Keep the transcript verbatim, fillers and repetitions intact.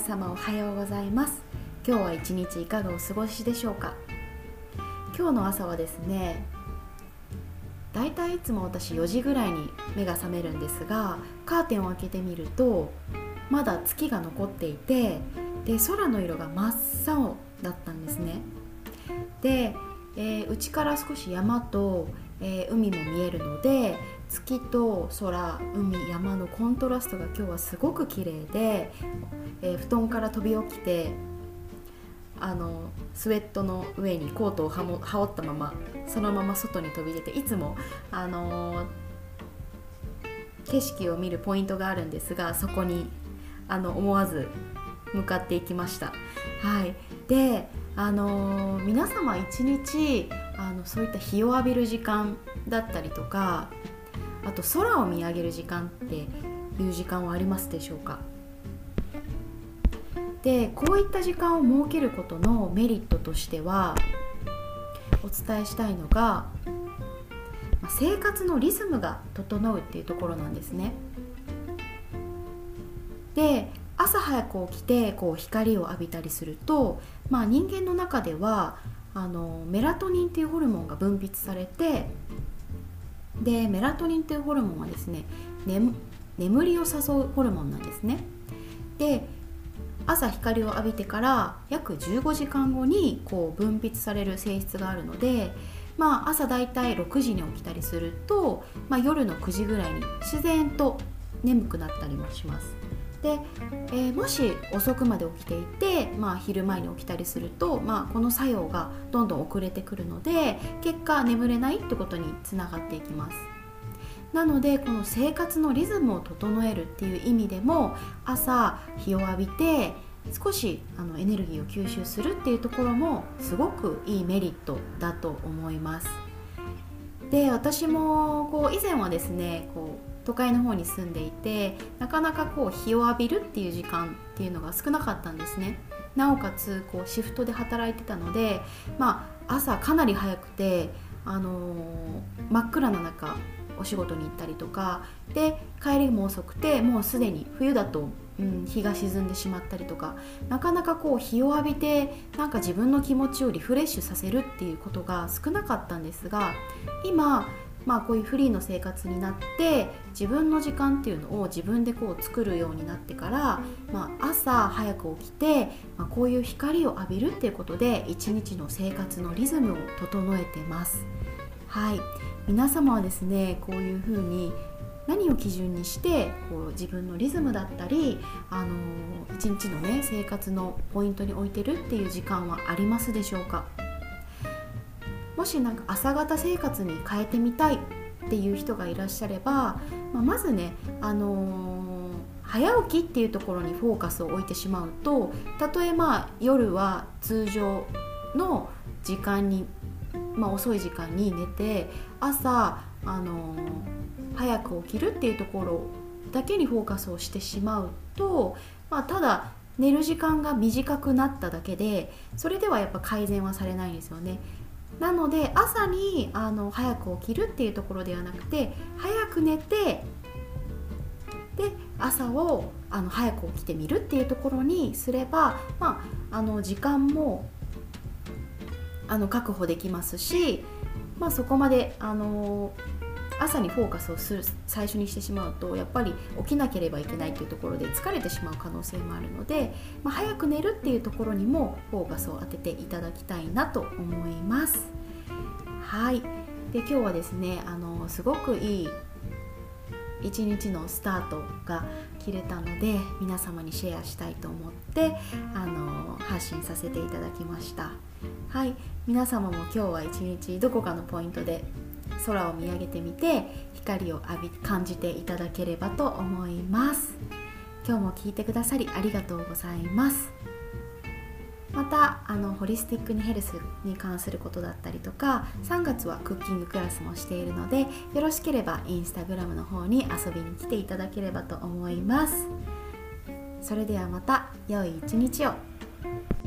様おはようございます。今日は一日いかがお過ごしでしょうか。今日の朝はですね、だいたいいつも私よじぐらいに目が覚めるんですが、カーテンを開けてみるとまだ月が残っていて、で空の色が真っ青だったんですね。で、えー、内から少し山と、えー、海も見えるので、月と空、海、山のコントラストが今日はすごく綺麗で、えー、布団から飛び起きてあのスウェットの上にコートをはも羽織ったままそのまま外に飛び出て、いつも、あのー、景色を見るポイントがあるんですが、そこにあの思わず向かっていきました。はい、で、あのー、皆様一日あのそういった日を浴びる時間だったりとか、あと空を見上げる時間っていう時間はありますでしょうか。で、こういった時間を設けることのメリットとしては、お伝えしたいのが生活のリズムが整うっていうところなんですね。で、朝早く起きてこう光を浴びたりすると、まあ、人間の中ではあのメラトニンっていうホルモンが分泌されて、でメラトニンというホルモンはですね、眠、眠りを誘うホルモンなんですね。で、朝光を浴びてから約じゅうごじかんごにこう分泌される性質があるので、まあ、朝だいたいろくじに起きたりすると、まあ、夜のくじぐらいに自然と眠くなったりもします。で、えー、もし遅くまで起きていて、まあ、昼前に起きたりすると、まあ、この作用がどんどん遅れてくるので、結果眠れないってことにつながっていきます。なので、この生活のリズムを整えるっていう意味でも、朝日を浴びて少しあのエネルギーを吸収するっていうところもすごくいいメリットだと思います。で、私もこう以前はですね、こう都会の方に住んでいて、なかなかこう日を浴びるっていう時間っていうのが少なかったんですね。なおかつこうシフトで働いてたので、まあ、朝かなり早くて、あのー、真っ暗な中お仕事に行ったりとかで、帰りも遅くて、もうすでに冬だと、うん、日が沈んでしまったりとか、なかなかこう日を浴びてなんか自分の気持ちをリフレッシュさせるっていうことが少なかったんですが、今、まあ、こういうフリーの生活になって自分の時間っていうのを自分でこう作るようになってから、まあ、朝早く起きて、まあ、こういう光を浴びるっていうことで一日の生活のリズムを整えてます。はい、皆様はですね、こういうふうに何を基準にしてこう自分のリズムだったり、あのー、一日のね生活のポイントに置いてるっていう時間はありますでしょうか。もしなんか朝方生活に変えてみたいっていう人がいらっしゃれば、まあ、まずね、あのー、早起きっていうところにフォーカスを置いてしまうと、たとえまあ夜は通常の時間に、まあ、遅い時間に寝て、朝、あのー、早く起きるっていうところだけにフォーカスをしてしまうと、まあ、ただ寝る時間が短くなっただけで、それではやっぱ改善はされないんですよね。なので、朝にあの早く起きるっていうところではなくて、早く寝て、で朝をあの早く起きてみるっていうところにすれば、まあ、あの時間もあの確保できますし、まあ、そこまであの朝にフォーカスをする最初にしてしまうと、やっぱり起きなければいけないというところで疲れてしまう可能性もあるので、まあ、早く寝るっていうところにもフォーカスを当てていただきたいなと思います。はい、で今日はですね、あのすごくいい一日のスタートが切れたので、皆様にシェアしたいと思ってあの発信させていただきました。はい、皆様も今日は一日どこかのポイントで空を見上げてみて、光を浴び感じていただければと思います。今日も聞いてくださりありがとうございます。またあのホリスティックにヘルスに関することだったりとか、さんがつはクッキングクラスもしているので、よろしければインスタグラムの方に遊びに来ていただければと思います。それではまた良い一日を。